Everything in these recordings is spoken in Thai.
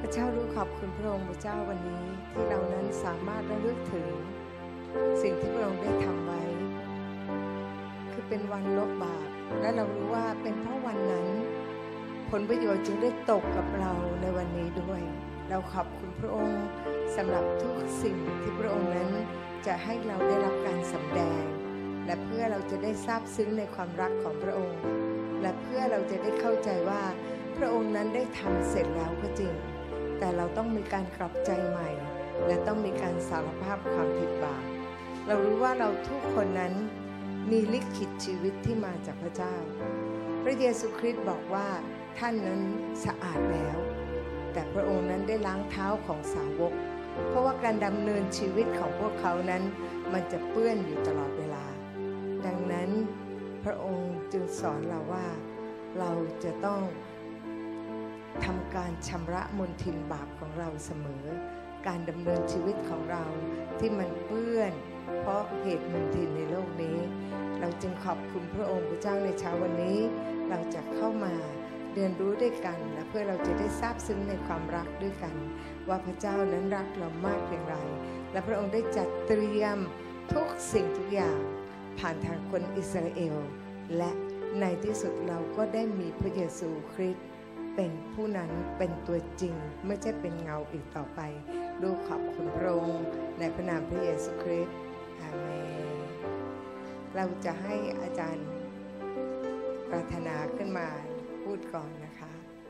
ระเจ้ารู้ขอบคุณพระองค์พระเจ้าวันนี้ที่เรานั้นสามารถระลึกถึงสิ่งที่พระองค์ได้ทำไว้คือเป็นวันลบบาปและเรารู้ว่าเป็นเพราะวันนั้นผลประโยชน์จึงได้ตกกับเราในวันนี้ด้วยเราขอบคุณพระองค์สำหรับทุกสิ่งที่พระองค์นั้นจะให้เราได้รับการสำแดงและเพื่อเราจะได้ซาบซึ้งในความรักของพระองค์และเพื่อเราจะได้เข้าใจว่าพระองค์นั้นได้ทำเสร็จแล้วก็จริงแต่เราต้องมีการกลับใจใหม่และต้องมีการสารภาพความผิดบาปเรารู้ว่าเราทุกคนนั้นมีลิขิตชีวิตที่มาจากพระเจ้าพระเยซูคริสต์บอกว่าท่านนั้นสะอาดแล้วแต่พระองค์นั้นได้ล้างเท้าของสาวกเพราะว่าการดำเนินชีวิตของพวกเขานั้นมันจะเปื้อนอยู่ตลอดเวลาดังนั้นพระองค์จึงสอนเราว่าเราจะต้องทำการชำระมลทินบาปของเราเสมอการดำเนินชีวิตของเราที่มันเปื้อนเพราะเหตุมลทินในโลกนี้เราจึงขอบคุณพระองค์พระเจ้าในเช้าวันนี้เราจะเข้ามาเรียนรู้ด้วยกันและเพื่อเราจะได้ซาบซึ้งในความรักด้วยกันว่าพระเจ้านั้นรักเรามากเพียงไรและพระองค์ได้จัดเตรียมทุกสิ่งทุกอย่างผ่านทางคนอิสราเอลและในที่สุดเราก็ได้มีพระเยซูคริสต์เป็นผู้นั้นเป็นตัวจริงไม่ใช่เป็นเงาอีกต่อไปลูกขอบคุณพระองค์ในพระนามพระเยซูคริสต์อาเมนเราจะให้อาจารย์ปรารถนาขึ้นมาพูดก่อนนะคะ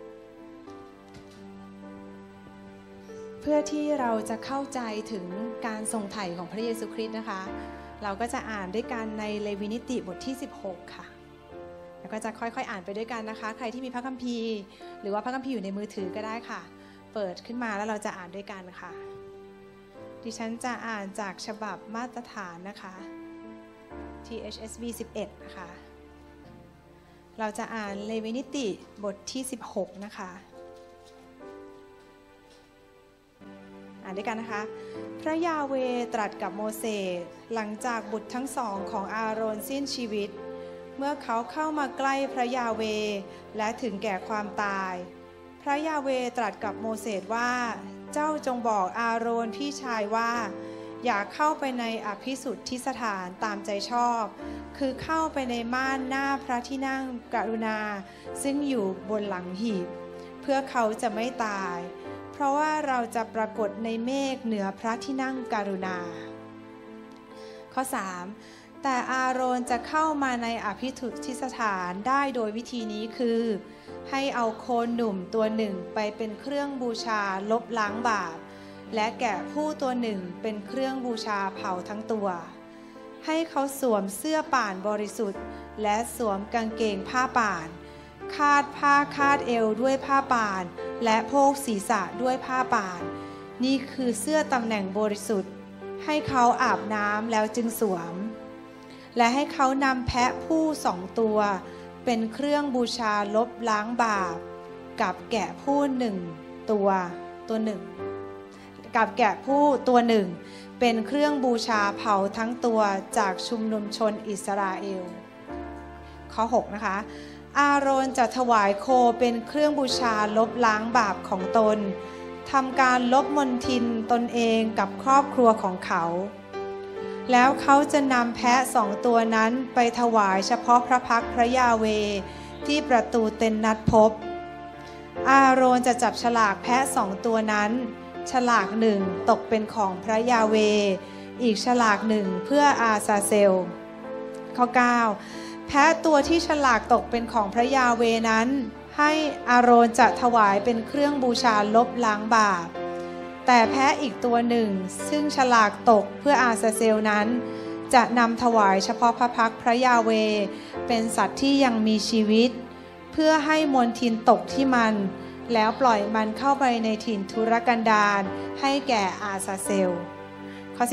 เพื่อที่เราจะเข้าใจถึงการทรงไถ่ของพระเยซูคริสต์นะคะเราก็จะอ่านด้วยกันในเลวีนิติบทที่16ค่ะแล้วก็จะค่อยๆอ่านไปด้วยกันนะคะใครที่มีพระคัมภีร์หรือว่าพระคัมภีร์อยู่ในมือถือก็ได้ค่ะเปิดขึ้นมาแล้วเราจะอ่านด้วยกันค่ะดิฉันจะอ่านจากฉบับมาตรฐานนะคะ THSV 11นะคะเราจะอ่านเลวีนิติบทที่16นะคะอ่านด้วยกันนะคะพระยาเวห์ตรัสกับโมเสสหลังจากบุตรทั้งสองของอาโรนสิ้นชีวิตเมื่อเขาเข้ามาใกล้พระยาเวห์และถึงแก่ความตายพระยาเวห์ตรัสกับโมเสสว่าเจ้าจงบอกอาโรนพี่ชายว่าอย่าเข้าไปในอภิสุทธิสถานตามใจชอบคือเข้าไปในม่านหน้าพระที่นั่งกรุณาซึ่งอยู่บนหลังหีบเพื่อเขาจะไม่ตายเพราะว่าเราจะปรากฏในเมฆเหนือพระที่นั่งกรุณาข้อ 3 แต่อาโรนจะเข้ามาในอภิสุทธิสถานได้โดยวิธีนี้คือให้เอาโคหนุ่มตัวหนึ่งไปเป็นเครื่องบูชาลบล้างบาปและแกะผู้ตัวหนึ่งเป็นเครื่องบูชาเผาทั้งตัวให้เขาสวมเสื้อป่านบริสุทธิ์และสวมกางเกงผ้าป่านคาดผ้าคาดเอวด้วยผ้าป่านและโพกศีรษะด้วยผ้าป่านนี่คือเสื้อตำแหน่งบริสุทธิ์ให้เขาอาบน้ำแล้วจึงสวมและให้เขานำแพะผู้2 ตัวเป็นเครื่องบูชาลบล้างบาปกับแกะผู้1 ตัวหนึ่งกับแกะผู้ตัวหนึ่งเป็นเครื่องบูชาเผาทั้งตัวจากชุมนุมชนอิสราเอลข้อ 6 นะคะอาโรนจะถวายโคเป็นเครื่องบูชาลบล้างบาปของตนทำการลบมลทินตนเองกับครอบครัวของเขาแล้วเขาจะนำแพะ2 ตัวนั้นไปถวายเฉพาะพระพักพระยาเวห์ที่ประตูเต็นท์นัดพบอาโรนจะจับฉลากแพะ2 ตัวนั้นฉลาก1ตกเป็นของพระยาเวห์อีกฉลาก1เพื่ออาซาเซลข้อ 9 แพะตัวที่ฉลากตกเป็นของพระยาเวห์นั้นให้อาโรนจะถวายเป็นเครื่องบูชาลบล้างบาปแต่แพะอีกตัวหนึ่งซึ่งฉลากตกเพื่ออาซาเซลนั้นจะนำถวายเฉพาะพระพักพระยาเวห์เป็นสัตว์ที่ยังมีชีวิตเพื่อให้มลทินตกที่มันแล้วปล่อยมันเข้าไปในถิ่นทุรกันดารให้แก่อาซาเซลข้อ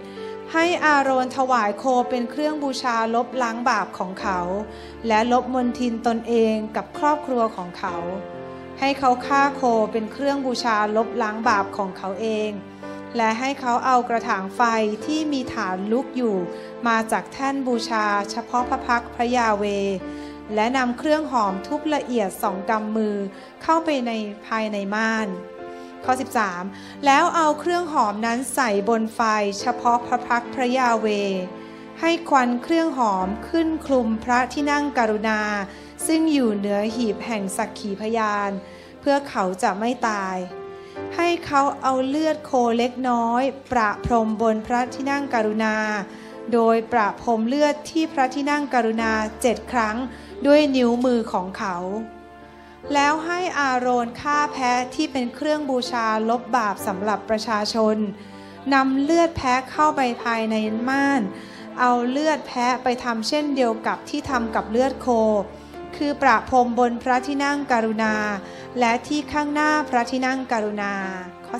11 ให้อาโรนถวายโคเป็นเครื่องบูชาลบล้างบาปของเขาและลบมลทินตนเองกับครอบครัวของเขาให้เขาฆ่าโคเป็นเครื่องบูชาลบล้างบาปของเขาเองและให้เขาเอากระถางไฟที่มีฐานลุกอยู่มาจากแท่นบูชาเฉพาะพระพักพระยาเวห์ และนำเครื่องหอมทุบละเอียด2 กำมือเข้าไปในภายในม่านข้อ 13 แล้วเอาเครื่องหอมนั้นใส่บนไฟเฉพาะพระพักตร์พระยาเวห์ให้ควันเครื่องหอมขึ้นคลุมพระที่นั่งกรุณาซึ่งอยู่เหนือหีบแห่งสักขีพยานเพื่อเขาจะไม่ตายให้เขาเอาเลือดโคเล็กน้อยประพรมบนพระที่นั่งกรุณาโดยประพรมเลือดที่พระที่นั่งกรุณา7 ครั้งด้วยนิ้วมือของเขาแล้วให้อาโรนฆ่าแพะที่เป็นเครื่องบูชาลบบาปสำหรับประชาชนนำเลือดแพะเข้าไปภายในม่านเอาเลือดแพะไปทำเช่นเดียวกับที่ทำกับเลือดโคคือประพรมบนพระที่นั่งกรุณาและที่ข้างหน้าพระที่นั่งกรุณาข้อ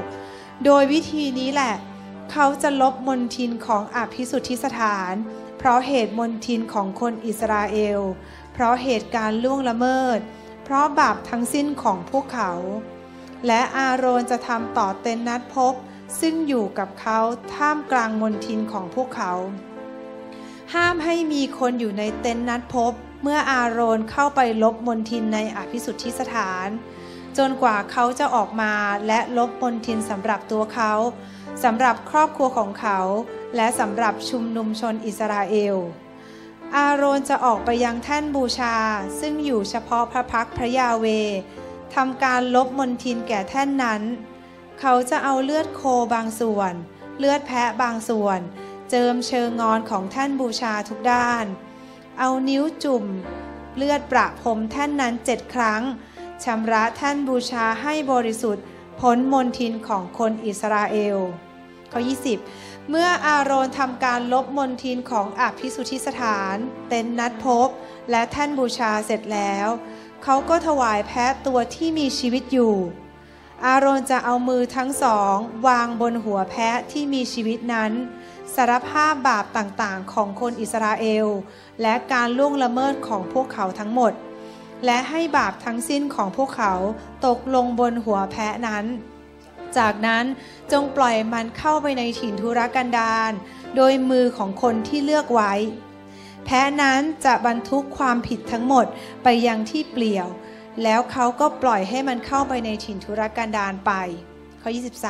16 โดยวิธีนี้แหละเขาจะลบมลทินของอภิสุทธิสถานเพราะเหตุมลทินของคนอิสราเอลเพราะเหตุการล่วงละเมิดเพราะบาปทั้งสิ้นของพวกเขาและอาโรนจะทำต่อเต็นท์นัดพบซึ่งอยู่กับเขาท่ามกลางมลทินของพวกเขาห้ามให้มีคนอยู่ในเต็นท์นัดพบเมื่ออาโรนเข้าไปลบมลทินในอภิสุทธิสถานจนกว่าเขาจะออกมาและลบมลทินสำหรับตัวเขาสำหรับครอบครัวของเขาและสำหรับชุมนุมชนอิสราเอลอาโรนจะออกไปยังแท่นบูชาซึ่งอยู่เฉพาะพระพักตร์พระยาเวห์ทำการลบมลทินแก่แท่นนั้นเขาจะเอาเลือดโคบางส่วนเลือดแพะบางส่วนเจิมเชิงงอนของแท่นบูชาทุกด้านเอานิ้วจุ่มเลือดประพรมแท่นนั้น7 ครั้งชำระแท่นบูชาให้บริสุทธิ์พ้นมลทินของคนอิสราเอลข้อ 20 เมื่ออาโรนทำการลบมลทินของอภิสุทธิสถานเต็นท์นัดพบและแท่นบูชาเสร็จแล้วเขาก็ถวายแพะตัวที่มีชีวิตอยู่อาโรนจะเอามือทั้งสองวางบนหัวแพะที่มีชีวิตนั้นสารภาพบาปต่างๆของคนอิสราเอลและการล่วงละเมิดของพวกเขาทั้งหมดและให้บาปทั้งสิ้นของพวกเขาตกลงบนหัวแพะนั้นจากนั้นจงปล่อยมันเข้าไปในถิ่นทุรกันดารโดยมือของคนที่เลือกไว้แพะนั้นจะบรรทุกความผิดทั้งหมดไปยังที่เปลี่ยวแล้วเขาก็ปล่อยให้มันเข้าไปในถิ่นทุรกันดารไปข้อ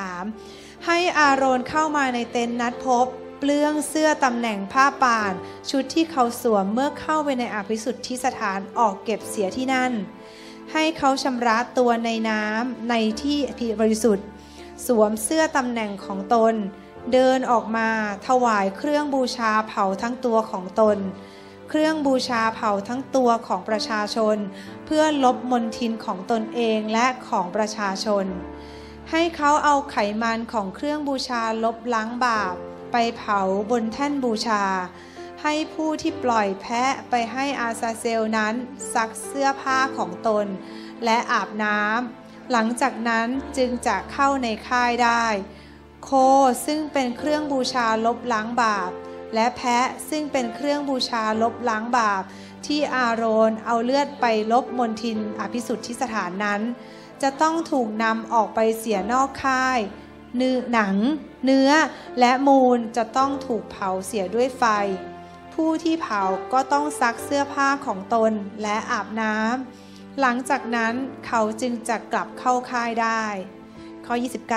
23 ให้อาโรนเข้ามาในเต็นท์นัดพบเปลื้องเสื้อตำแหน่งผ้าป่านชุดที่เขาสวมเมื่อเข้าไปในอภิสุทธิสถานออกเก็บเสียที่นั่นให้เขาชำระตัวในน้ำในที่บริสุทธิ์สวมเสื้อตำแหน่งของตนเดินออกมาถวายเครื่องบูชาเผาทั้งตัวของตนเครื่องบูชาเผาทั้งตัวของประชาชนเพื่อลบมลทินของตนเองและของประชาชนให้เขาเอาไขมันของเครื่องบูชาลบล้างบาปไปเผาบนแท่นบูชาให้ผู้ที่ปล่อยแพะไปให้อาซาเซลนั้นซักเสื้อผ้าของตนและอาบน้ำหลังจากนั้นจึงจะเข้าในค่ายได้โคซึ่งเป็นเครื่องบูชาลบล้างบาปและแพะซึ่งเป็นเครื่องบูชาลบล้างบาปที่อาโรนเอาเลือดไปลบมลทินอภิสุทธิสถานนั้นจะต้องถูกนำออกไปเสียนอกค่ายหนังเนื้อและมูลจะต้องถูกเผาเสียด้วยไฟผู้ที่เผาก็ต้องซักเสื้อผ้าของตนและอาบน้ำหลังจากนั้นเขาจึงจะกลับเข้าค่ายได้ข้อ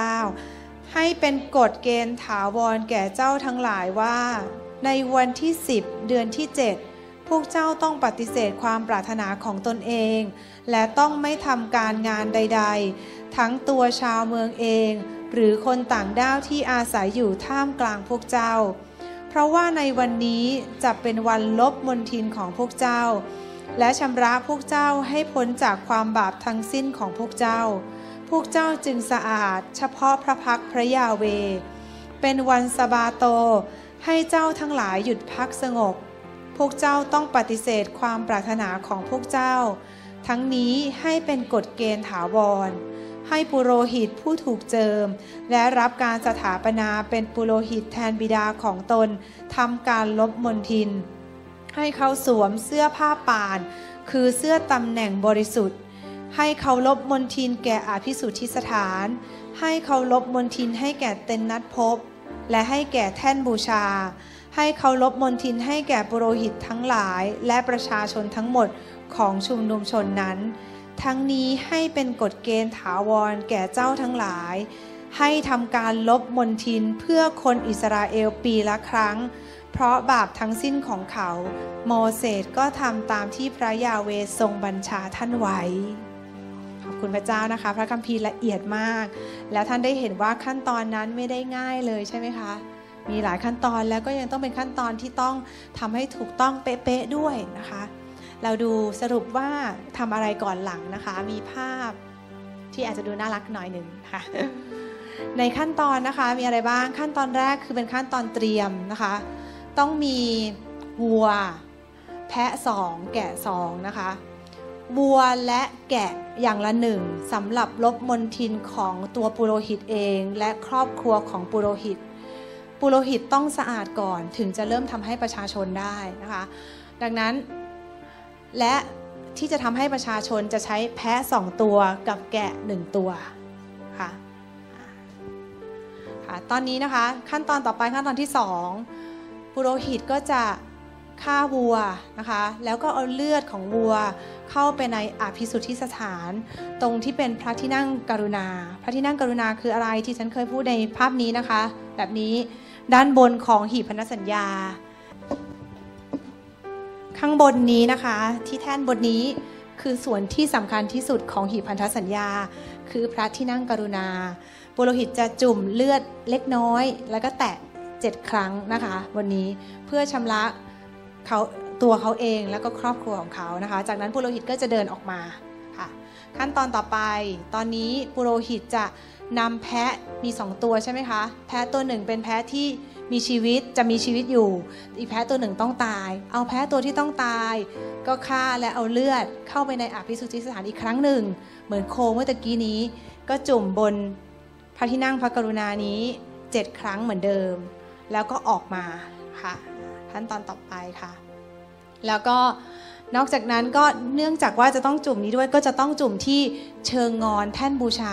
29 ให้เป็นกฎเกณฑ์ถาวรแก่เจ้าทั้งหลายว่าในวันที่10เดือนที่7พวกเจ้าต้องปฏิเสธความปรารถนาของตนเองและต้องไม่ทำการงานใดๆทั้งตัวชาวเมืองเองหรือคนต่างด้าวที่อาศัยอยู่ท่ามกลางพวกเจ้าเพราะว่าในวันนี้จะเป็นวันลบมลทินของพวกเจ้าและชำระพวกเจ้าให้พ้นจากความบาปทั้งสิ้นของพวกเจ้าพวกเจ้าจึงสะอาดเฉพาะพระพักตร์พระยาเวห์เป็นวันสะบาโตให้เจ้าทั้งหลายหยุดพักสงบพวกเจ้าต้องปฏิเสธความปรารถนาของพวกเจ้าทั้งนี้ให้เป็นกฎเกณฑ์ถาวรให้ปุโรหิตผู้ถูกเจิมและรับการสถาปนาเป็นปุโรหิตแทนบิดาของตนทำการลบมลทินให้เขาสวมเสื้อผ้าป่านคือเสื้อตำแหน่งบริสุทธิ์ให้เขาลบมลทินแก่อภิสุทธิสถานให้เขาลบมลทินให้แก่เต็นท์นัดพบและให้แก่แท่นบูชาให้เขาลบมลทินให้แก่ปุโรหิตทั้งหลายและประชาชนทั้งหมดของชุมนุมชนนั้นทั้งนี้ให้เป็นกฎเกณฑ์ถาวรแก่เจ้าทั้งหลายให้ทำการลบมลทินเพื่อคนอิสราเอลปีละครั้งเพราะบาปทั้งสิ้นของเขาโมเสสก็ทำตามที่พระยาเวห์ทรงบัญชาท่านไว้ขอบคุณพระเจ้านะคะพระคัมภีร์ละเอียดมากแล้วท่านได้เห็นว่าขั้นตอนนั้นไม่ได้ง่ายเลยใช่ไหมคะมีหลายขั้นตอนแล้วก็ยังต้องเป็นขั้นตอนที่ต้องทำให้ถูกต้องเป๊ะๆด้วยนะคะเราดูสรุปว่าทำอะไรก่อนหลังนะคะมีภาพที่อาจจะดูน่ารักหน่อยหนึ่งค่ะในขั้นตอนนะคะมีอะไรบ้างขั้นตอนแรกคือเป็นขั้นตอนเตรียมนะคะต้องมีวัวแพะ2แกะ2นะคะวัวและแกะอย่างละ1สำหรับลบมลทินของตัวปุโรหิตเองและครอบครัวของปุโรหิตต้องสะอาดก่อนถึงจะเริ่มทำให้ประชาชนได้นะคะดังนั้นและที่จะทำให้ประชาชนจะใช้แพะ2ตัวกับแกะ1ตัวค่ะตอนนี้นะคะขั้นตอนต่อไปขั้นตอนที่2ปุโรหิตก็จะฆ่าวัวนะคะแล้วก็เอาเลือดของวัวเข้าไปในอภิสุทธิสถานตรงที่เป็นพระที่นั่งกรุณาพระที่นั่งกรุณาคืออะไรที่ฉันเคยพูดในภาพนี้นะคะแบบนี้ด้านบนของหีบพันธสัญญาข้างบนนี้นะคะที่แท่นบนนี้คือส่วนที่สำคัญที่สุดของหีบพันธสัญญาคือพระที่นั่งกรุณาปุโรหิตจะจุ่มเลือดเล็กน้อยแล้วก็แตะ7 ครั้งนะคะวันนี้เพื่อชำระตัวเขาเองแล้วก็ครอบครัวของเขานะคะจากนั้นปุโรหิตก็จะเดินออกมาค่ะขั้นตอนต่อไปตอนนี้ปุโรหิตจะนำแพะมี2ตัวใช่ไหมคะแพะตัวหนึ่งเป็นแพะที่มีชีวิตจะมีชีวิตอยู่อีกแพะตัวหนึ่งต้องตายเอาแพะตัวที่ต้องตายก็ฆ่าและเอาเลือดเข้าไปในอภิสุทธิสถานอีกครั้งหนึ่งเหมือนโคเมื่อตะกี้นี้ก็จุ่มบนพระที่นั่งพระกรุณานี้7 ครั้งเหมือนเดิมแล้วก็ออกมาค่ะขั้นตอนต่อไปค่ะแล้วก็นอกจากนั้นก็เนื่องจากว่าจะต้องจุ่มนี้ด้วยก็จะต้องจุ่มที่เชิงงอนแท่นบูชา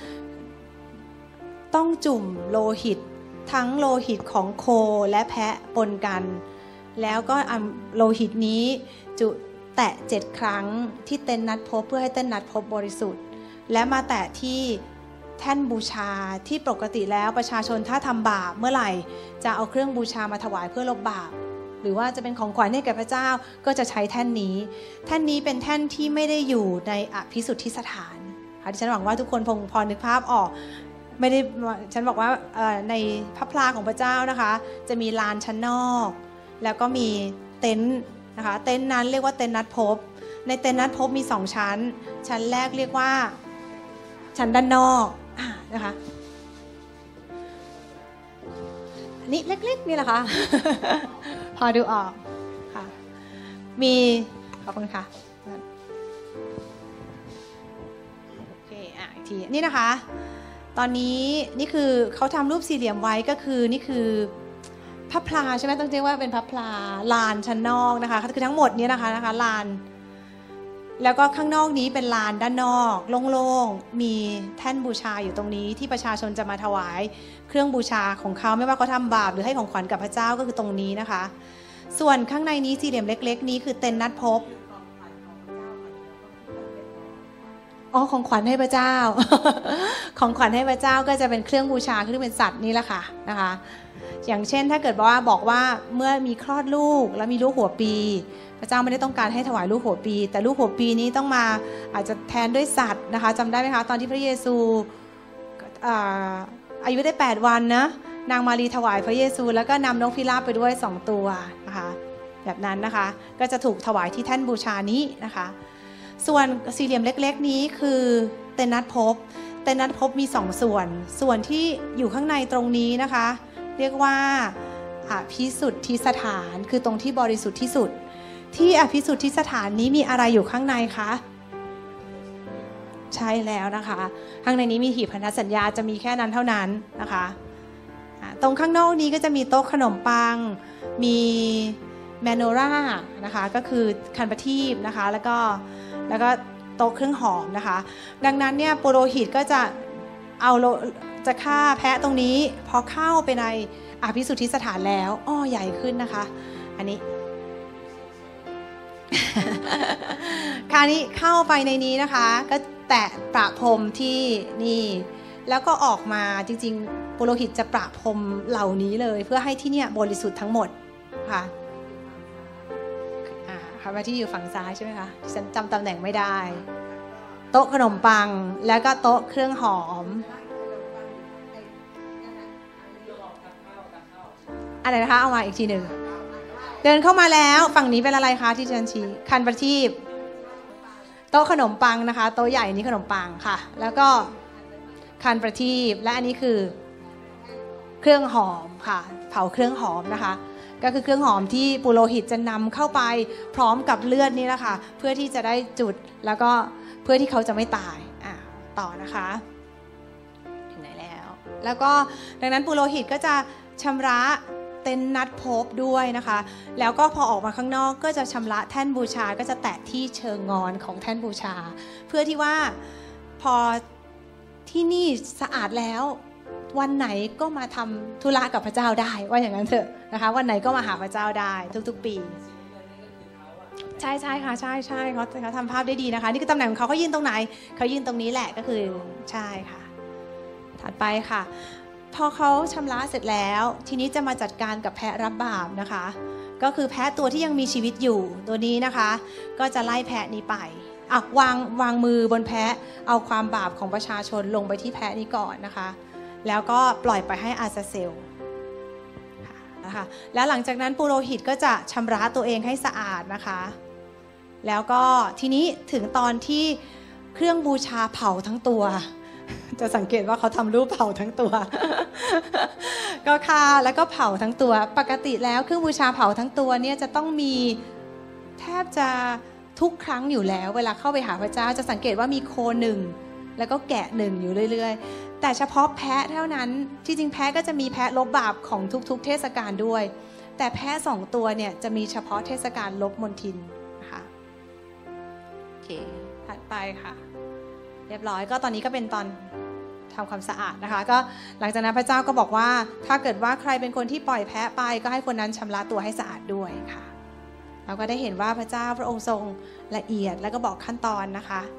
ต้องจุ่มโลหิตทั้งโลหิตของโคและแพะปนกันแล้วก็โลหิตนี้จุแตะ7 ครั้งที่เต็นท์นัดพบเพื่อให้เต็นท์นัดพบบริสุทธิ์และมาแตะที่แท่นบูชาที่ปกติแล้วประชาชนถ้าทำบาปเมื่อไหร่จะเอาเครื่องบูชามาถวายเพื่อลบบาปหรือว่าจะเป็นของขวัญให้แก่พระเจ้าก็จะใช้แท่นนี้เป็นแท่นที่ไม่ได้อยู่ในอภิสุทธิสถานค่ะดิฉันหวังว่าทุกคนพอนึกภาพออกไม่ได้ฉันบอกว่าในพระพลาของพระเจ้านะคะจะมีลานชั้นนอกแล้วก็มีเต็นท์นะคะเต็นท์นั้นเรียกว่าเต็นท์นัดพบในเต็นท์นัดพบมี2 ชั้นแรกเรียกว่าชั้นด้านนอกนะคะอันนี้เล็กๆนี่แหละค่ะ พอดูออกค่ะมีขอบคุณค่ะโอเคอีกทีนี่นะคะตอนนี้นี่คือเขาทำรูปสี่เหลี่ยมไว้ก็คือนี่คือพระพลาใช่ไหมต้องเรียกว่าเป็นพระพลาลานชั้นนอกนะคะคือทั้งหมดนี้นะคะลานแล้วก็ข้างนอกนี้เป็นลานด้านนอกโล่งๆมีแท่นบูชาอยู่ตรงนี้ที่ประชาชนจะมาถวายเครื่องบูชาของเขาไม่ว่าเขาทำบาปหรือให้ของขวัญกับพระเจ้าก็คือตรงนี้นะคะส่วนข้างในนี้สี่เหลี่ยมเล็กๆนี้คือเต็นท์นัดพบของขวัญให้พระเจ้า ของขวัญให้พระเจ้าก็จะเป็นเครื่องบูชาคือเป็นสัตว์นี่แหละค่ะนะคะอย่างเช่นถ้าเกิดว่าบอกว่าเมื่อมีคลอดลูกแล้วมีลูกหัวปีพระเจ้าไม่ได้ต้องการให้ถวายลูกหัวปีแต่ลูกหัวปีนี้ต้องมาอาจจะแทนด้วยสัตว์นะคะจำได้ไหมคะตอนที่พระเยซูอายุได้8 วันนะนางมารีถวายพระเยซูแล้วก็นำนกพิราบไปด้วย2 ตัวนะคะแบบนั้นนะคะก็จะถูกถวายที่แท่นบูชานี้นะคะส่วนสี่เหลี่ยมเล็กๆนี้คือเต็นท์นัดพบมี2 ส่วนที่อยู่ข้างในตรงนี้นะคะเรียกว่าอภิสุทธิสถานคือตรงที่บริสุทธิ์ที่สุดที่อภิสุทธิสถานนี้มีอะไรอยู่ข้างในคะใช่แล้วนะคะข้างในนี้มีหีบพันธสัญญาจะมีแค่นั้นเท่านั้นนะคะตรงข้างนอกนี้ก็จะมีโต๊ะขนมปังมีแมโนรานะคะก็คือคันประทีปนะคะแล้วก็โต๊ะเครื่องหอมนะคะดังนั้นเนี่ยปุโรหิตก็จะฆ่าแพะตรงนี้พอเข้าไปในอภิสุทธิสถานแล้วใหญ่ขึ้นนะคะอันนี้คราวนี้เข้าไปในนี้นะคะก็แตะประพรมที่นี่แล้วก็ออกมาจริงๆปุโรหิตจะประพรมเหล่านี้เลยเพื่อให้ที่เนี่ยบริสุทธิ์ทั้งหมดค่ะค่ะว่าที่อยู่ฝั่งซ้ายใช่ไหมคะฉันจำตำแหน่งไม่ได้โต๊ะขนมปังแล้วก็โต๊ะเครื่องหอมอะไรนะคะเอามาอีกทีหนึ่งเดินเข้ามาแล้วฝั่งนี้เป็นอะไรคะที่ฉันชี้คันประทีปโต๊ะขนมปังนะคะโต๊ะใหญ่นี้ขนมปังค่ะแล้วก็คันประทีปและอันนี้คือเครื่องหอมค่ะเผาเครื่องหอมนะคะก็คือเครื่องหอมที่ปุโรหิตจะนำเข้าไปพร้อมกับเลือดนี่แหละค่ะเพื่อที่จะได้จุดแล้วก็เพื่อที่เขาจะไม่ตายต่อนะคะถึงไหนแล้วก็ดังนั้นปุโรหิตก็จะชำระเต็นนัดพบด้วยนะคะแล้วก็พอออกมาข้างนอกก็จะชำระแท่นบูชาก็จะแตะที่เชิงงอนของแท่นบูชาเพื่อที่ว่าพอที่นี่สะอาดแล้ววันไหนก็มาทำธุระกับพระเจ้าได้ว่าอย่างนั้นเถอะนะคะวันไหนก็มาหาพระเจ้าได้ทุกๆปีใช่ค่ะใช่เขาทำภาพได้ดีนะคะนี่คือตำแหน่งของเขายืนตรงไหนเขายืนตรงนี้แหละก็คือใช่ค่ะถัดไปค่ะพอเขาชำระเสร็จแล้วทีนี้จะมาจัดการกับแพะรับบาปนะคะก็คือแพะตัวที่ยังมีชีวิตอยู่ตัวนี้นะคะก็จะไล่แพะนี้ไปวางมือบนแพะเอาความบาปของประชาชนลงไปที่แพะนี้ก่อนนะคะแล้วก็ปล่อยไปให้อาซาเซลนะคะแล้วหลังจากนั้นปุโรหิตก็จะชำระตัวเองให้สะอาดนะคะแล้วก็ทีนี้ถึงตอนที่เครื่องบูชาเผาทั้งตัวจะสังเกตว่าเขาทำรูปเผาทั้งตัว ก็ฆ่าแล้วก็เผาทั้งตัวปกติแล้วเครื่องบูชาเผาทั้งตัวเนี่ยจะต้องมีแทบจะทุกครั้งอยู่แล้วเวลาเข้าไปหาพระเจ้าจะสังเกตว่ามีโคหนึ่งแล้วก็แกะหนึ่งอยู่เรื่อยๆแต่เฉพาะแพะเท่านั้นที่จริงแพะก็จะมีแพะลบบาปของทุกๆเทศกาลด้วยแต่แพะ2ตัวเนี่ยจะมีเฉพาะเทศกาลลบมลทินนะคะโอเคถัดไปค่ะเรียบร้อยก็ตอนนี้ก็เป็นตอนทำความสะอาดนะคะก็หลังจากนั้นพระเจ้าก็บอกว่าถ้าเกิดว่าใครเป็นคนที่ปล่อยแพะไปก็ให้คนนั้นชำระตัวให้สะอาดด้วยค่ะเราก็ได้เห็นว่าพระเจ้าพระองค์ทรงละเอียดแล้วก็บอกขั้นตอนนะคะ